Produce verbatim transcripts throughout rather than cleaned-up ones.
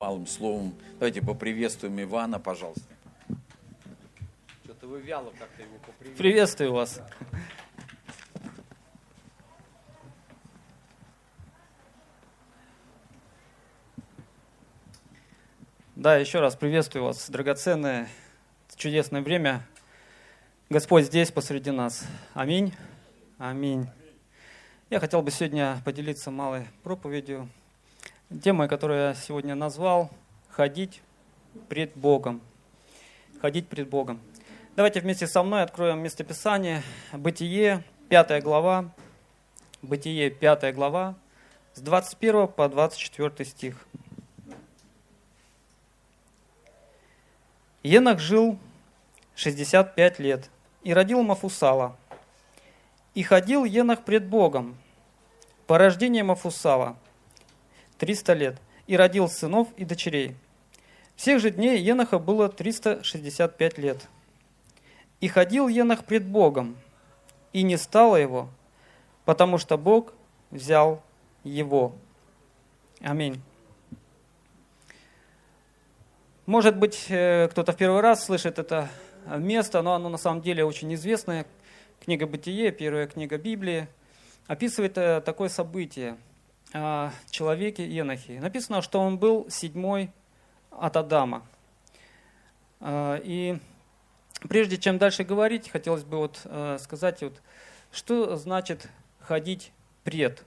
малым словом. Давайте поприветствуем Ивана, пожалуйста. Что-то вы вяло как-то его поприветствуете. Приветствую вас. Да, еще раз приветствую вас, драгоценное, чудесное время. Господь здесь, посреди нас. Аминь. Аминь. Я хотел бы сегодня поделиться малой проповедью. Темой, которую я сегодня назвал «Ходить пред Богом». Ходить пред Богом. Давайте вместе со мной откроем местописание. Бытие, пятая глава. Бытие, пятая глава, с двадцать первого по двадцать четвёртый стих. Енох жил шестьдесят пять лет и родил Мафусала. И ходил Енох пред Богом по рождению Мафусала триста лет, и родил сынов и дочерей. Всех же дней Еноха было триста шестьдесят пять лет. И ходил Енох пред Богом, и не стало его, потому что Бог взял его. Аминь. Может быть, кто-то в первый раз слышит это место, но оно на самом деле очень известное. Книга Бытие, первая книга Библии, описывает такое событие о человеке Енохе. Написано, что он был седьмой от Адама. И прежде чем дальше говорить, хотелось бы вот сказать, вот, что значит ходить пред.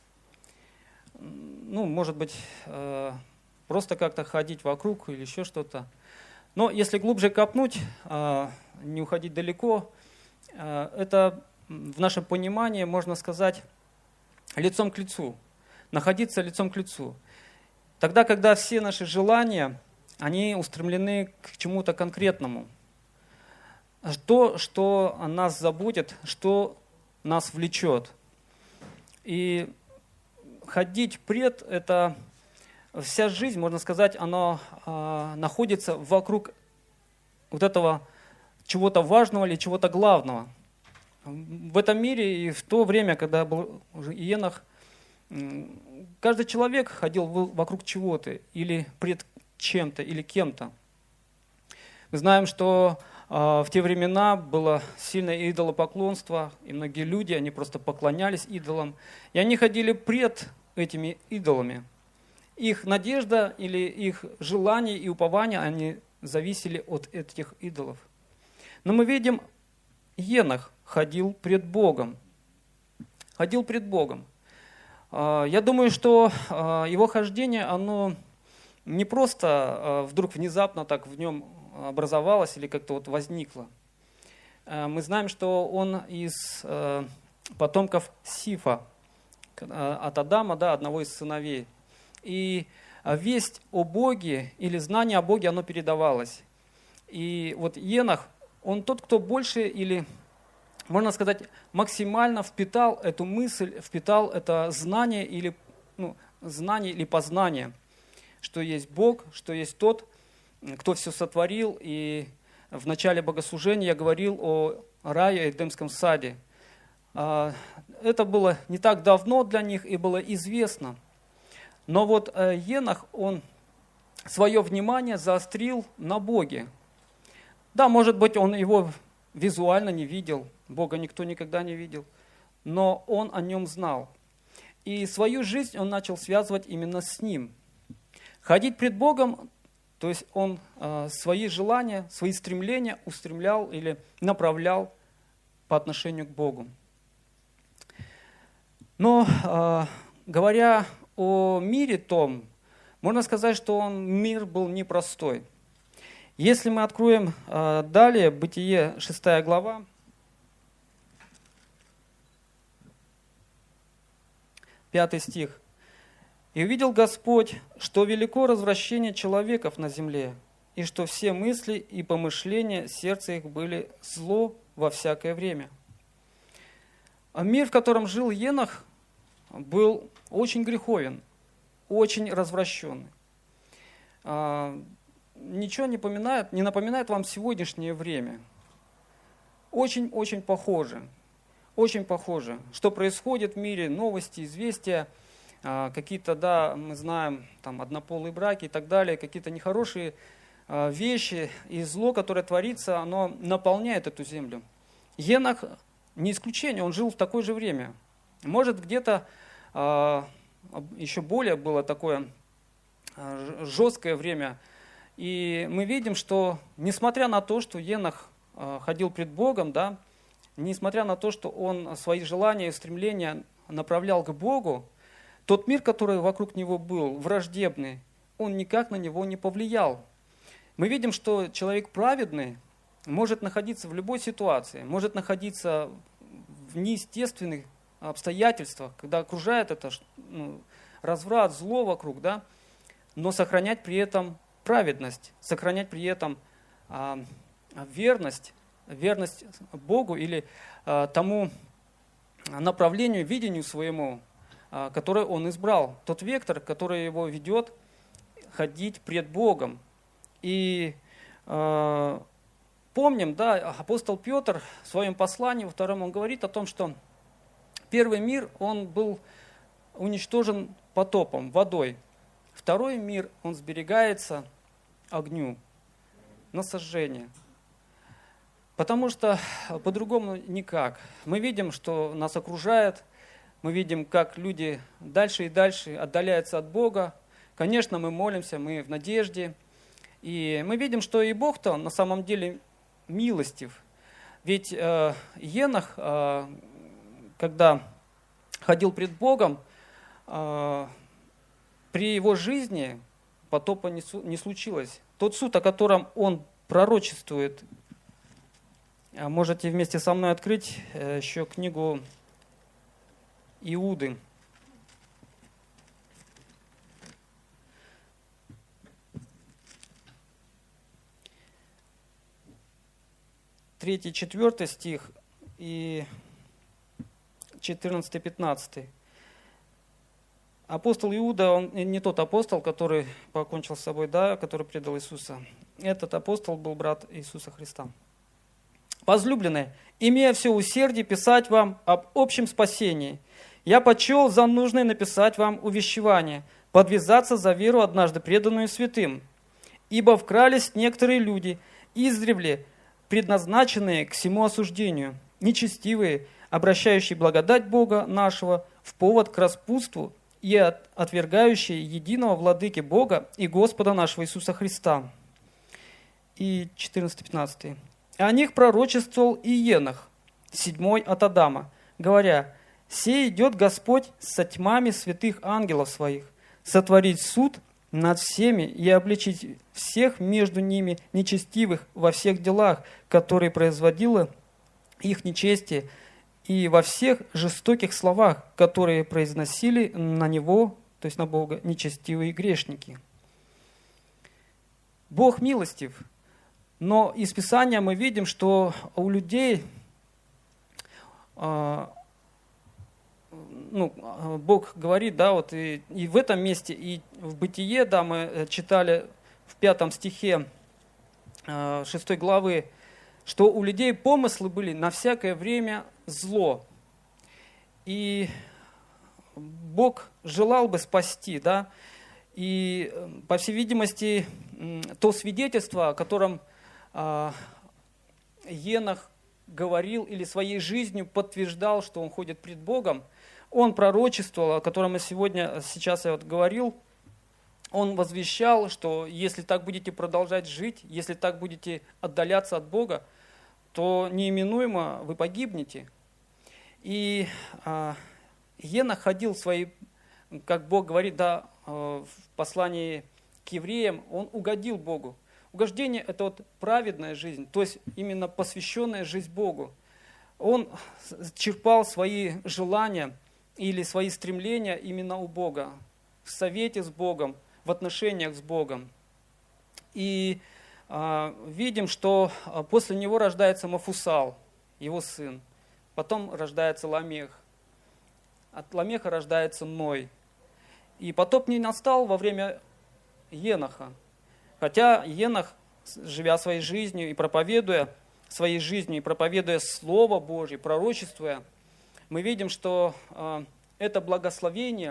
Ну, может быть, просто как-то ходить вокруг или еще что-то. Но если глубже копнуть, не уходить далеко, это в нашем понимании, можно сказать, лицом к лицу. Находиться лицом к лицу. Тогда, когда все наши желания, они устремлены к чему-то конкретному. То, что нас заботит, что нас влечет. И ходить пред – это вся жизнь, можно сказать, она э, находится вокруг вот этого чего-то важного или чего-то главного. В этом мире и в то время, когда был Енох, каждый человек ходил вокруг чего-то, или пред чем-то, или кем-то. Мы знаем, что э, в те времена было сильное идолопоклонство, и многие люди, они просто поклонялись идолам, и они ходили пред этими идолами. Их надежда или их желание и упование, они зависели от этих идолов. Но мы видим, Енох ходил пред Богом. Ходил пред Богом. Я думаю, что его хождение, оно не просто вдруг внезапно так в нем образовалось или как-то вот возникло. Мы знаем, что он из потомков Сифа, от Адама, да, одного из сыновей. И весть о Боге или знание о Боге, оно передавалось. И вот Енох, он тот, кто больше или, можно сказать, максимально впитал эту мысль, впитал это знание или, ну, знание или познание, что есть Бог, что есть тот, кто все сотворил. И в начале богослужения я говорил о рае и Эдемском саде. Это было не так давно для них и было известно. Но вот Енох, он свое внимание заострил на Боге. Да, может быть, он его визуально не видел, Бога никто никогда не видел, но он о нем знал. И свою жизнь он начал связывать именно с ним. Ходить пред Богом, то есть он э, свои желания, свои стремления устремлял или направлял по отношению к Богу. Но э, говоря о мире том, можно сказать, что он, мир был непростой. Если мы откроем э, далее Бытие, шестая глава, пятый стих. «И увидел Господь, что велико развращение человеков на земле, и что все мысли и помышления сердца их были зло во всякое время». А мир, в котором жил Енох, был очень греховен, очень развращенный. Ничего не напоминает, не напоминает вам сегодняшнее время. Очень-очень похоже. Очень похоже. Что происходит в мире, новости, известия. какие-то, да, мы знаем, там, однополые браки и так далее, какие-то нехорошие вещи и зло, которое творится, оно наполняет эту землю. Енох не исключение, он жил в такое же время. Может, где-то еще более было такое жесткое время. И мы видим, что несмотря на то, что Енох ходил пред Богом, да, несмотря на то, что он свои желания и стремления направлял к Богу, тот мир, который вокруг него был, враждебный, он никак на него не повлиял. Мы видим, что человек праведный может находиться в любой ситуации, может находиться в неестественных обстоятельствах, когда окружает это ну, разврат, зло вокруг, да, но сохранять при этом праведность, сохранять при этом а, верность, верность Богу или а, тому направлению, видению своему, а, которое он избрал, тот вектор, который его ведет ходить пред Богом. И а, помним, да, апостол Петр в своем послании, во втором, он говорит о том, что первый мир, он был уничтожен потопом, водой. Второй мир, он сберегается огню на сожжение. Потому что по-другому никак. Мы видим, что нас окружает, мы видим, как люди дальше и дальше отдаляются от Бога. Конечно, мы молимся, мы в надежде. И мы видим, что и Бог-то на самом деле милостив. Ведь э, Енох, э, когда ходил пред Богом, э, при его жизни потопа не, не случилось. Тот суд, о котором он пророчествует, можете вместе со мной открыть еще книгу Иуды. Третий, четвертый стих и четырнадцатый, пятнадцатый. Апостол Иуда, он не тот апостол, который покончил с собой, да, который предал Иисуса. Этот апостол был брат Иисуса Христа. Возлюбленные, имея все усердие писать вам об общем спасении, я почел за нужное написать вам увещевание, подвязаться за веру, однажды преданную святым. Ибо вкрались некоторые люди, издревле предназначенные к всему осуждению, нечестивые, обращающие благодать Бога нашего в повод к распутству и отвергающие единого владыки Бога и Господа нашего Иисуса Христа. И четырнадцатый-пятнадцатый. О них пророчествовал и Енох, седьмой от Адама, говоря: «Сей идет Господь со тьмами святых ангелов своих, сотворить суд над всеми и обличить всех между ними нечестивых во всех делах, которые производило их нечестие, и во всех жестоких словах, которые произносили на него, то есть на Бога, нечестивые грешники». Бог милостив, но из Писания мы видим, что у людей, ну, Бог говорит, да, вот и, и в этом месте, и в Бытие, да, мы читали в пятом стихе шестой главы, что у людей помыслы были на всякое время зло. И Бог желал бы спасти, да, и, по всей видимости, то свидетельство, о котором э, Енох говорил или своей жизнью подтверждал, что он ходит пред Богом, он пророчествовал, о котором я сегодня, сейчас я вот говорил, он возвещал, что если так будете продолжать жить, если так будете отдаляться от Бога, то неименуемо вы погибнете. И э, Енох ходил своей, как Бог говорит, да, э, в послании к евреям, он угодил Богу. Угождение – это вот праведная жизнь, то есть именно посвященная жизнь Богу. Он черпал свои желания или свои стремления именно у Бога, в совете с Богом, в отношениях с Богом. И э, видим, что после него рождается Мафусал, его сын. Потом рождается Ламех. От Ламеха рождается Ной. И потоп не настал во время Еноха. Хотя Енох, живя своей жизнью и проповедуя своей жизнью, и проповедуя Слово Божье, пророчествуя, мы видим, что э, это благословение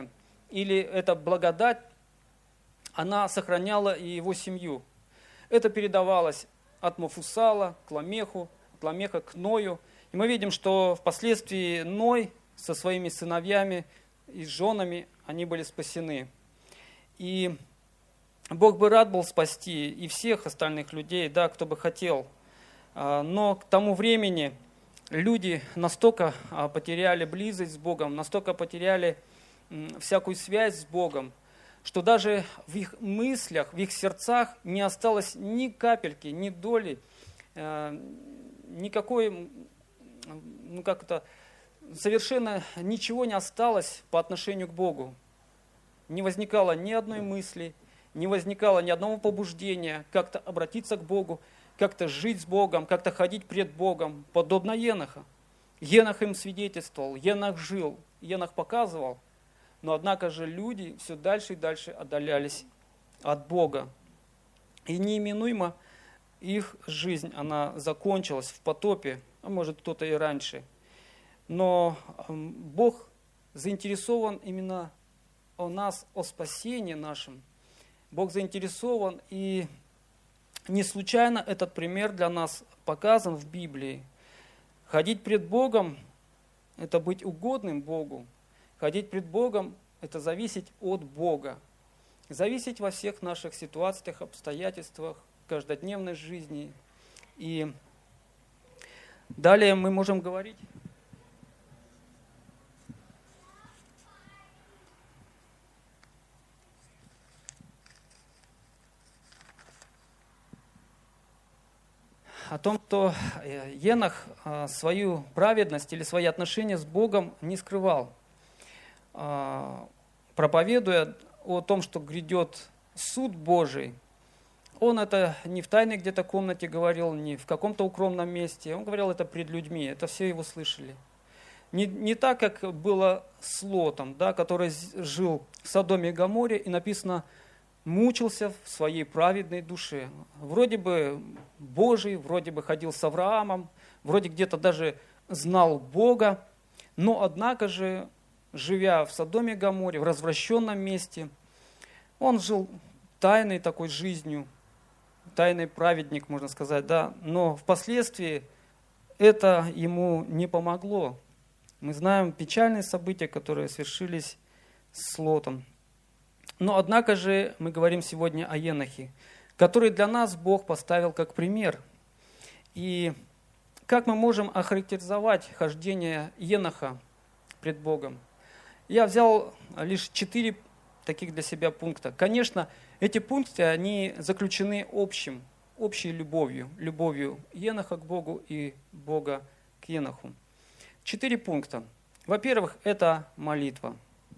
или эта благодать, она сохраняла и его семью. Это передавалось от Мафусала к Ламеху, от Ламеха к Ною. И мы видим, что впоследствии Ной со своими сыновьями и с женами, они были спасены. И Бог бы рад был спасти и всех остальных людей, да, кто бы хотел. Но к тому времени люди настолько потеряли близость с Богом, настолько потеряли всякую связь с Богом, что даже в их мыслях, в их сердцах не осталось ни капельки, ни доли, никакой, ну как это, совершенно ничего не осталось по отношению к Богу. Не возникало ни одной мысли, не возникало ни одного побуждения как-то обратиться к Богу, как-то жить с Богом, как-то ходить пред Богом, подобно Еноха. Енох им свидетельствовал, Енох жил, Енох показывал, но однако же люди все дальше и дальше отдалялись от Бога. И неименуемо их жизнь, она закончилась в потопе, а может кто-то и раньше. Но Бог заинтересован именно о нас, о спасении нашем. Бог заинтересован, и не случайно этот пример для нас показан в Библии. Ходить пред Богом – это быть угодным Богу. Ходить пред Богом – это зависеть от Бога. Зависеть во всех наших ситуациях, обстоятельствах, каждодневной жизни. И далее мы можем говорить о том, что Енох свою праведность или свои отношения с Богом не скрывал, проповедуя о том, что грядет суд Божий. Он это не в тайной где-то комнате говорил, не в каком-то укромном месте. Он говорил это пред людьми, это все его слышали. Не, не так, как было с Лотом, да, который жил в Содоме и Гоморе, и написано, мучился в своей праведной душе. Вроде бы Божий, вроде бы ходил с Авраамом, вроде где-то даже знал Бога, но однако же, живя в Содоме и Гоморе, в развращенном месте, он жил тайной такой жизнью, тайный праведник, можно сказать, да, но впоследствии это ему не помогло. Мы знаем печальные события, которые свершились с Лотом. Но однако же мы говорим сегодня о Енохе, который для нас Бог поставил как пример. И как мы можем охарактеризовать хождение Еноха пред Богом? Я взял лишь четыре таких для себя пункта. Конечно, эти пункты, они заключены общим, общей любовью, любовью Еноха к Богу и Бога к Еноху. Четыре пункта. Во-первых, это молитва.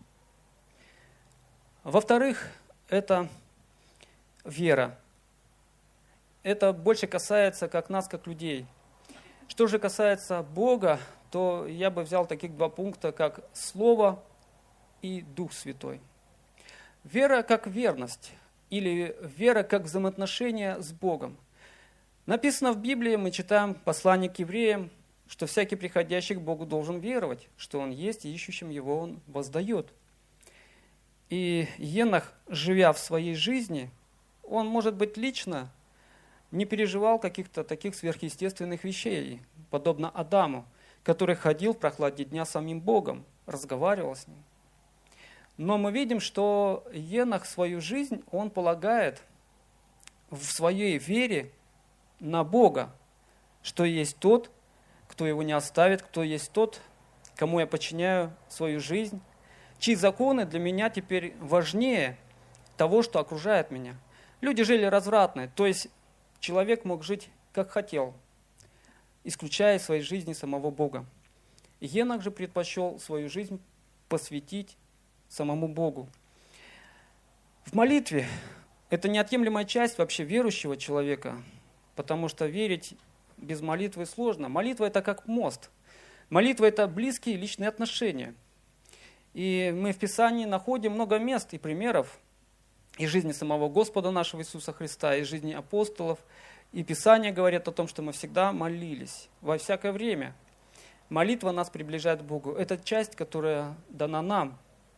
Во-вторых, это вера. Это больше касается как нас, как людей. Что же касается Бога, то я бы взял таких два пункта, как Слово и Дух Святой. Вера как верность, или вера как взаимоотношения с Богом. Написано в Библии, мы читаем послание к евреям, что всякий приходящий к Богу должен веровать, что Он есть, и ищущим Его Он воздает. И Енох, живя в своей жизни, он, может быть, лично не переживал каких-то таких сверхъестественных вещей, подобно Адаму, который ходил в прохладе дня с самим Богом, разговаривал с Ним. Но мы видим, что Енох свою жизнь, он полагает в своей вере на Бога, что есть тот, кто его не оставит, кто есть тот, кому я подчиняю свою жизнь, чьи законы для меня теперь важнее того, что окружает меня. Люди жили развратно, то есть человек мог жить как хотел, исключая из своей жизни самого Бога. Енох же предпочел свою жизнь посвятить самому Богу. В молитве это неотъемлемая часть вообще верующего человека, потому что верить без молитвы сложно. Молитва – это как мост. Молитва – это близкие личные отношения. И мы в Писании находим много мест и примеров из жизни самого Господа нашего Иисуса Христа, из жизни апостолов. И Писание говорит о том, что мы всегда молились во всякое время. Молитва нас приближает к Богу. Это часть, которая дана нам.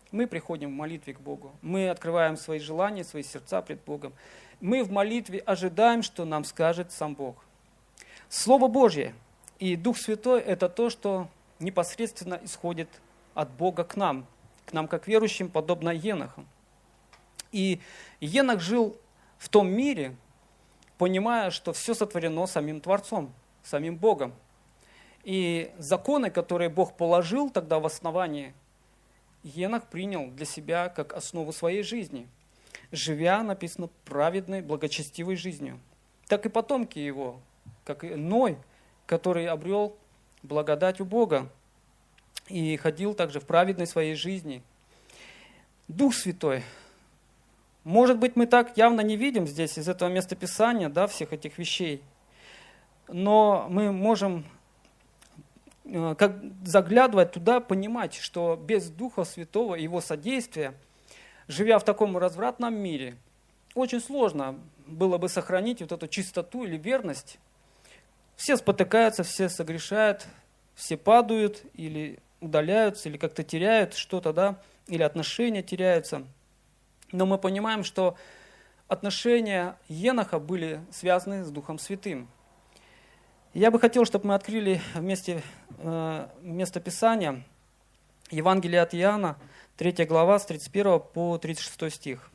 Мы приходим в молитве к Богу. Мы открываем свои желания, свои сердца пред Богом. Мы в молитве ожидаем, что нам скажет сам Бог. Слово Божье и Дух Святой – это то, что непосредственно исходит от Бога к нам, к нам как верующим, подобно Еноху. И Енох жил в том мире, понимая, что все сотворено самим Творцом, самим Богом. И законы, которые Бог положил тогда в основании, Енох принял для себя как основу своей жизни, живя, написано, праведной, благочестивой жизнью. Так и потомки его, как и Ной, который обрел благодать у Бога и ходил также в праведной своей жизни. Дух Святой. Может быть, мы так явно не видим здесь из этого местописания, да, всех этих вещей, но мы можем, как заглядывать туда, понимать, что без Духа Святого и Его содействия, живя в таком развратном мире, очень сложно было бы сохранить вот эту чистоту или верность. Все спотыкаются, все согрешают, все падают или удаляются, или как-то теряют что-то, да, или отношения теряются. Но мы понимаем, что отношения Еноха были связаны с Духом Святым. Я бы хотел, чтобы мы открыли вместе э, местописание Евангелие от Иоанна, третья глава, с тридцать первого по тридцать шестой стих.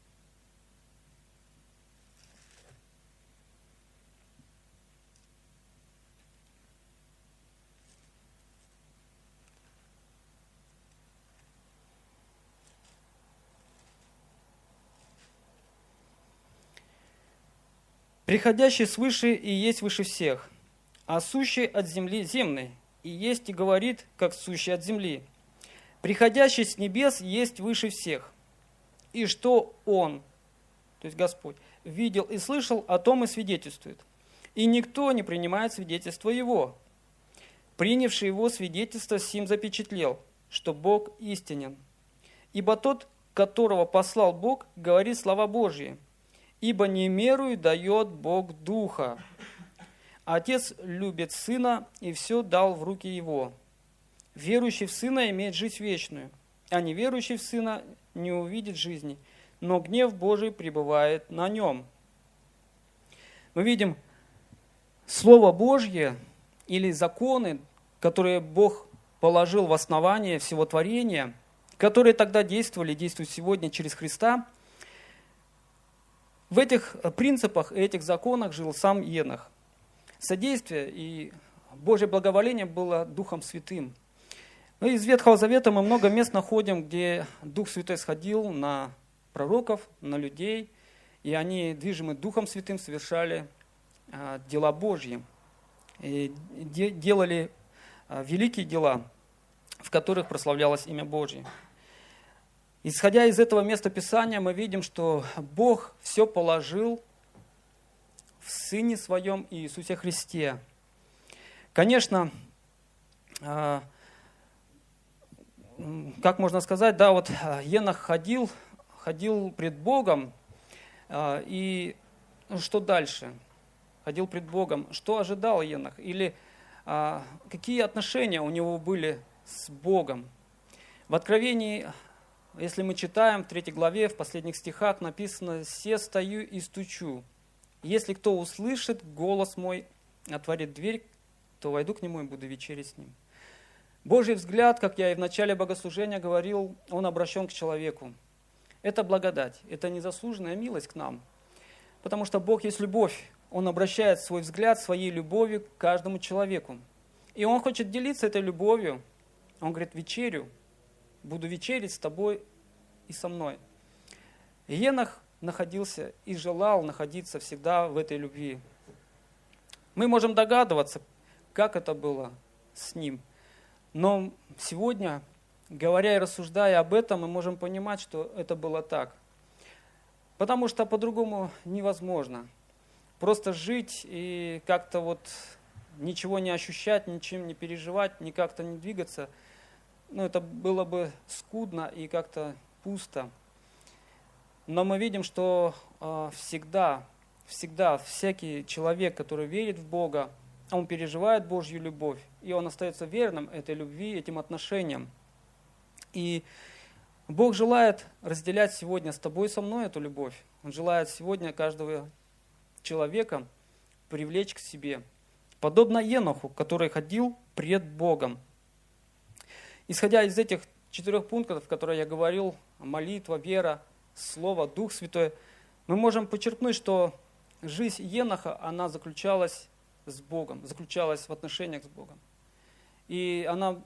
«Приходящий свыше и есть выше всех, а сущий от земли земный, и есть и говорит, как сущий от земли. Приходящий с небес есть выше всех. И что Он, то есть Господь, видел и слышал, о том и свидетельствует. И никто не принимает свидетельство Его. Принявший Его свидетельство сим запечатлел, что Бог истинен. Ибо тот, которого послал Бог, говорит слова Божьи. Ибо не мерую дает Бог Духа. Отец любит Сына и все дал в руки Его. Верующий в Сына имеет жизнь вечную, а неверующий в Сына не увидит жизни, но гнев Божий пребывает на нем». Мы видим Слово Божье или законы, которые Бог положил в основание всего творения, которые тогда действовали, действуют сегодня через Христа. В этих принципах и этих законах жил сам Енох. Содействие и Божье благоволение было Духом Святым. Мы из Ветхого Завета мы много мест находим, где Дух Святой сходил на пророков, на людей, и они, движимы Духом Святым, совершали а, дела Божьи, и де, делали а, великие дела, в которых прославлялось имя Божье. Исходя из этого места Писания, мы видим, что Бог все положил в Сыне Своем Иисусе Христе. Конечно, как можно сказать, да, вот Енох ходил, ходил пред Богом, и что дальше? Ходил пред Богом. Что ожидал Енох? Или какие отношения у него были с Богом? В Откровении, если мы читаем в третьей главе, в последних стихах написано: «Се стою и стучу. Если кто услышит голос мой, отворит дверь, то войду к нему и буду вечерить с ним». Божий взгляд, как я и в начале богослужения говорил, он обращен к человеку. Это благодать, это незаслуженная милость к нам. Потому что Бог есть любовь. Он обращает свой взгляд, своей любовью к каждому человеку. И Он хочет делиться этой любовью. Он говорит: вечерю, буду вечерить с тобой и со мной. И Енох находился и желал находиться всегда в этой любви. Мы можем догадываться, как это было с ним. Но сегодня, говоря и рассуждая об этом, мы можем понимать, что это было так. Потому что по-другому невозможно. Просто жить и как-то вот ничего не ощущать, ничем не переживать, ни как-то не двигаться, ну, это было бы скудно и как-то пусто. Но мы видим, что э, всегда, всегда всякий человек, который верит в Бога, он переживает Божью любовь, и он остается верным этой любви, этим отношениям. И Бог желает разделять сегодня с тобой и со мной эту любовь. Он желает сегодня каждого человека привлечь к себе. Подобно Еноху, который ходил пред Богом. Исходя из этих четырех пунктов, которые я говорил, молитва, вера, Слово, Дух Святой, мы можем подчеркнуть, что жизнь Еноха, она заключалась с Богом, заключалась в отношениях с Богом. И она,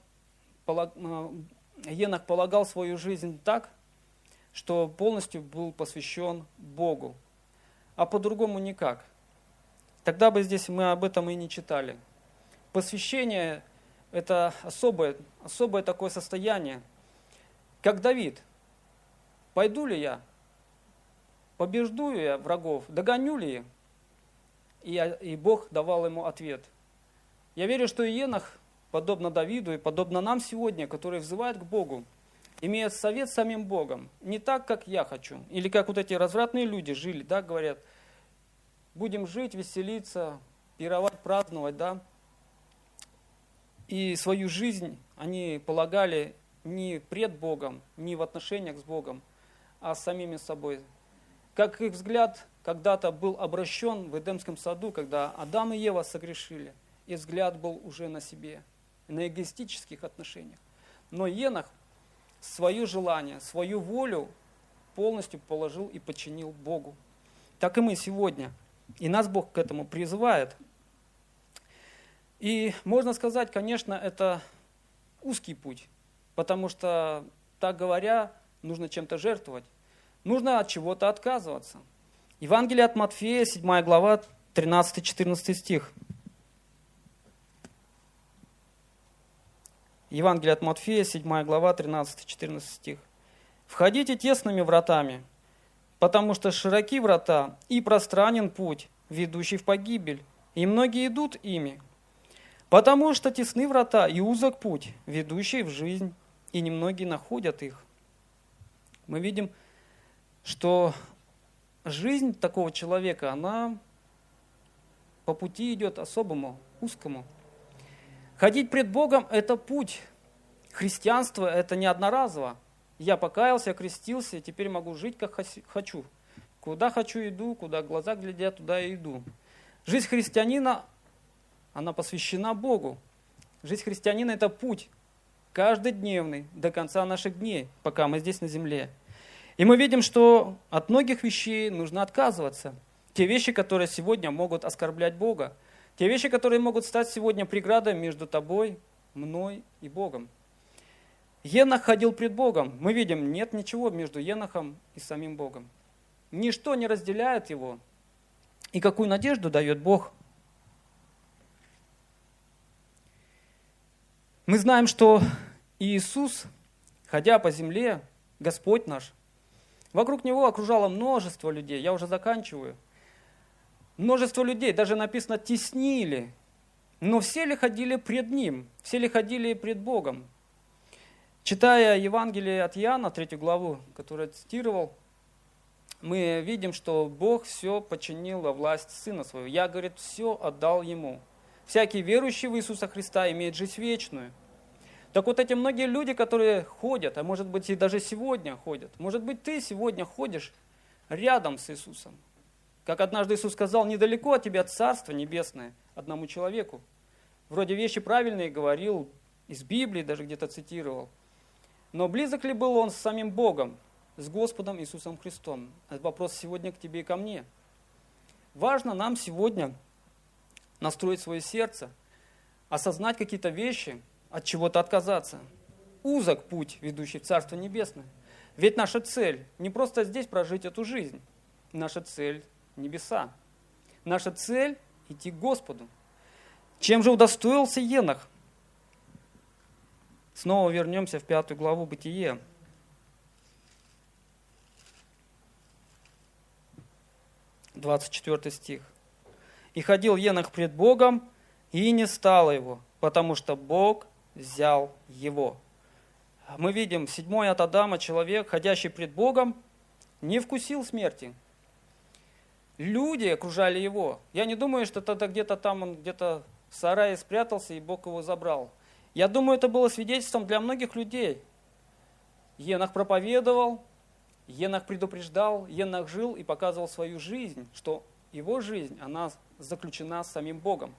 Енох полагал свою жизнь так, что полностью был посвящен Богу, а по-другому никак. Тогда бы здесь мы об этом и не читали. Посвящение – это особое, особое такое состояние. Как Давид. Пойду ли я? Побежду ли я врагов? Догоню ли я? И, и Бог давал ему ответ. Я верю, что и Енох, подобно Давиду и подобно нам сегодня, которые взывают к Богу, имеют совет с самим Богом. Не так, как я хочу. Или как вот эти развратные люди жили, да, говорят, будем жить, веселиться, пировать, праздновать, да. И свою жизнь они полагали не пред Богом, не в отношениях с Богом, а с самими собой. Как их взгляд когда-то был обращен в Эдемском саду, когда Адам и Ева согрешили, и взгляд был уже на себе, на эгоистических отношениях. Но Енох свое желание, свою волю полностью положил и подчинил Богу. Так и мы сегодня. И нас Бог к этому призывает. И можно сказать, конечно, это узкий путь, потому что, так говоря, нужно чем-то жертвовать, нужно от чего-то отказываться. Евангелие от Матфея, седьмая глава, тринадцатый-четырнадцатый стих. Евангелие от Матфея, седьмая глава, тринадцатый-четырнадцатый стих. «Входите тесными вратами, потому что широки врата и пространен путь, ведущий в погибель, и многие идут ими. Потому что тесны врата и узок путь, ведущий в жизнь, и немногие находят их». Мы видим, что жизнь такого человека, она по пути идет особому, узкому. Ходить пред Богом – это путь. Христианство – это не одноразово. Я покаялся, крестился, и теперь могу жить, как хочу. Куда хочу иду, куда глаза глядят, туда и иду. Жизнь христианина, она посвящена Богу. Жизнь христианина – это путь, каждодневный, до конца наших дней, пока мы здесь на земле. И мы видим, что от многих вещей нужно отказываться. Те вещи, которые сегодня могут оскорблять Бога. Те вещи, которые могут стать сегодня преградой между тобой, мной и Богом. Енох ходил пред Богом. Мы видим, нет ничего между Енохом и самим Богом. Ничто не разделяет его. И какую надежду дает Бог? Мы знаем, что Иисус, ходя по земле, Господь наш, вокруг Него окружало множество людей. Я уже заканчиваю. Множество людей, даже написано, теснили. Но все ли ходили пред Ним? Все ли ходили пред Богом? Читая Евангелие от Иоанна, третью главу, которую я цитировал, мы видим, что Бог все подчинил во власть Сына Своего. Я, говорит, все отдал Ему. Всякий верующий в Иисуса Христа имеет жизнь вечную. Так вот эти многие люди, которые ходят, а может быть и даже сегодня ходят, может быть ты сегодня ходишь рядом с Иисусом. Как однажды Иисус сказал, недалеко от тебя Царство Небесное одному человеку. Вроде вещи правильные говорил, из Библии даже где-то цитировал. Но близок ли был он с самим Богом, с Господом Иисусом Христом? Это вопрос сегодня к тебе и ко мне. Важно нам сегодня настроить свое сердце, осознать какие-то вещи, от чего-то отказаться. Узок путь, ведущий в Царство Небесное. Ведь наша цель не просто здесь прожить эту жизнь. Наша цель – небеса. Наша цель – идти к Господу. Чем же удостоился Енох? Снова вернемся в пятую главу Бытие. двадцать четвёртый стих. «И ходил Енох пред Богом, и не стало его, потому что Бог взял его». Мы видим, седьмой от Адама человек, ходящий пред Богом, не вкусил смерти. Люди окружали его. Я не думаю, что тогда где-то там он где-то в сарае спрятался, и Бог его забрал. Я думаю, это было свидетельством для многих людей. Енох проповедовал, Енох предупреждал, Енох жил и показывал свою жизнь, что его жизнь, она заключена с самим Богом.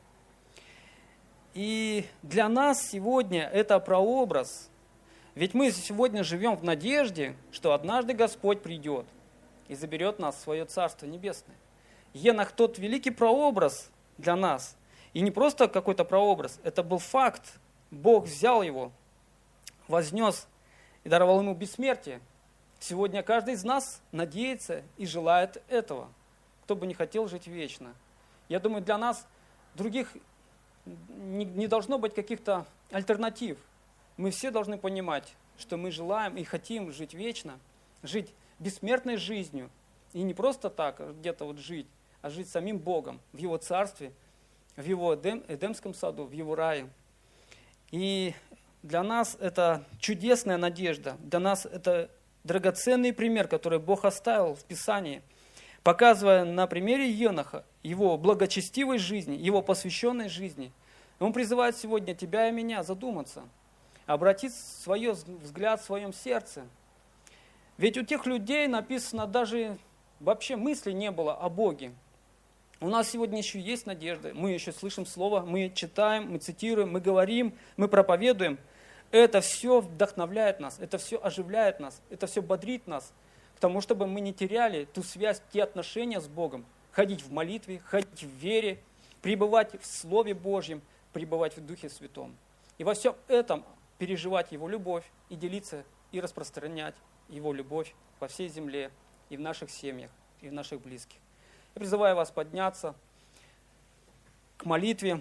И для нас сегодня это прообраз. Ведь мы сегодня живем в надежде, что однажды Господь придет и заберет нас в свое Царство Небесное. Енох тот великий прообраз для нас. И не просто какой-то прообраз, это был факт. Бог взял его, вознес и даровал ему бессмертие. Сегодня каждый из нас надеется и желает этого, кто бы не хотел жить вечно. Я думаю, для нас других не, не должно быть каких-то альтернатив. Мы все должны понимать, что мы желаем и хотим жить вечно, жить бессмертной жизнью. И не просто так где-то вот жить, а жить самим Богом в Его Царстве, в Его Эдем, Эдемском саду, в Его рае. И для нас это чудесная надежда, для нас это драгоценный пример, который Бог оставил в Писании, показывая на примере Еноха его благочестивой жизни, его посвященной жизни. Он призывает сегодня тебя и меня задуматься, обратить свой взгляд в своем сердце. Ведь у тех людей написано, даже вообще мысли не было о Боге. У нас сегодня еще есть надежда, мы еще слышим Слово, мы читаем, мы цитируем, мы говорим, мы проповедуем. Это все вдохновляет нас, это все оживляет нас, это все бодрит нас к тому, чтобы мы не теряли ту связь, те отношения с Богом, ходить в молитве, ходить в вере, пребывать в Слове Божьем, пребывать в Духе Святом. И во всем этом переживать Его любовь и делиться и распространять Его любовь по всей земле и в наших семьях, и в наших близких. Я призываю вас подняться к молитве.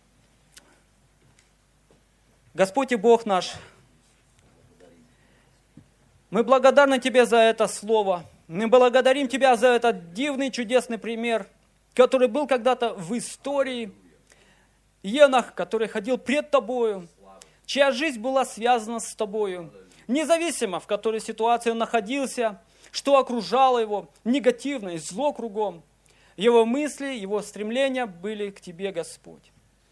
Господь и Бог наш, мы благодарны Тебе за это слово. Мы благодарим Тебя за этот дивный, чудесный пример, который был когда-то в истории. Енох, который ходил пред Тобою, чья жизнь была связана с Тобою, независимо, в какой ситуации он находился, что окружало его, негативно и зло кругом. Его мысли, его стремления были к Тебе, Господь.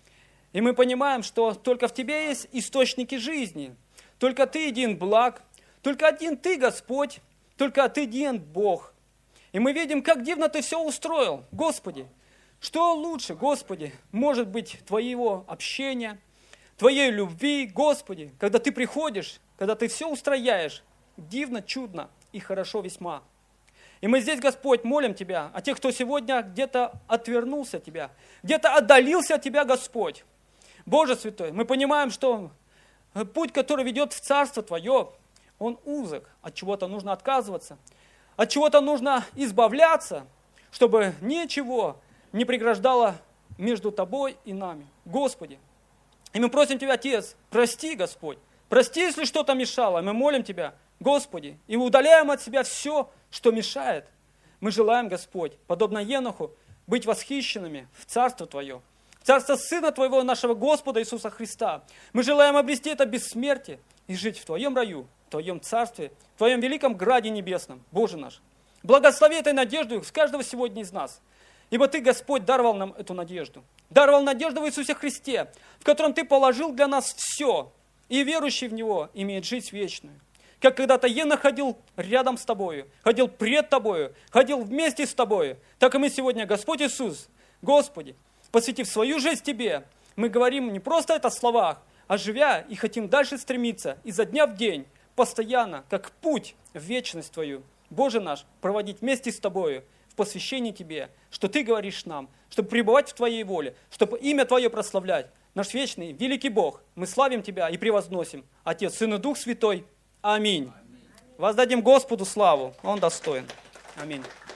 И мы понимаем, что только в Тебе есть источники жизни. Только Ты един благ, только один Ты, Господь, только Ты один Бог. И мы видим, как дивно Ты все устроил, Господи. Что лучше, Господи, может быть Твоего общения, Твоей любви, Господи, когда Ты приходишь, когда Ты все устрояешь, дивно, чудно и хорошо весьма. И мы здесь, Господь, молим Тебя о тех, кто сегодня где-то отвернулся от Тебя, где-то отдалился от Тебя, Господь. Боже Святой, мы понимаем, что путь, который ведет в Царство Твое, он узок, от чего-то нужно отказываться, от чего-то нужно избавляться, чтобы ничего не преграждало между Тобой и нами. Господи, и мы просим Тебя, Отец, прости, Господь, прости, если что-то мешало, мы молим Тебя, Господи, и удаляем от себя все, что мешает. Мы желаем, Господь, подобно Еноху, быть восхищенными в Царство Твое, в Царство Сына Твоего, нашего Господа Иисуса Христа. Мы желаем обрести это бессмертие и жить в Твоем раю, в Твоем Царстве, в Твоем великом Граде Небесном, Боже наш. Благослови этой надежду с каждого сегодня из нас. Ибо Ты, Господь, даровал нам эту надежду. Даровал надежду в Иисусе Христе, в котором Ты положил для нас все, и верующий в Него имеет жизнь вечную. Как когда-то Енох ходил рядом с Тобою, ходил пред Тобою, ходил вместе с Тобою, так и мы сегодня, Господь Иисус, Господи, посвятив свою жизнь Тебе, мы говорим не просто это в словах, а живя и хотим дальше стремиться изо дня в день, постоянно, как путь в вечность Твою, Боже наш, проводить вместе с Тобою в посвящении Тебе, что Ты говоришь нам, чтобы пребывать в Твоей воле, чтобы имя Твое прославлять. Наш вечный, великий Бог, мы славим Тебя и превозносим, Отец, Сын и Дух Святой. Аминь. Воздадим Господу славу, Он достоин. Аминь.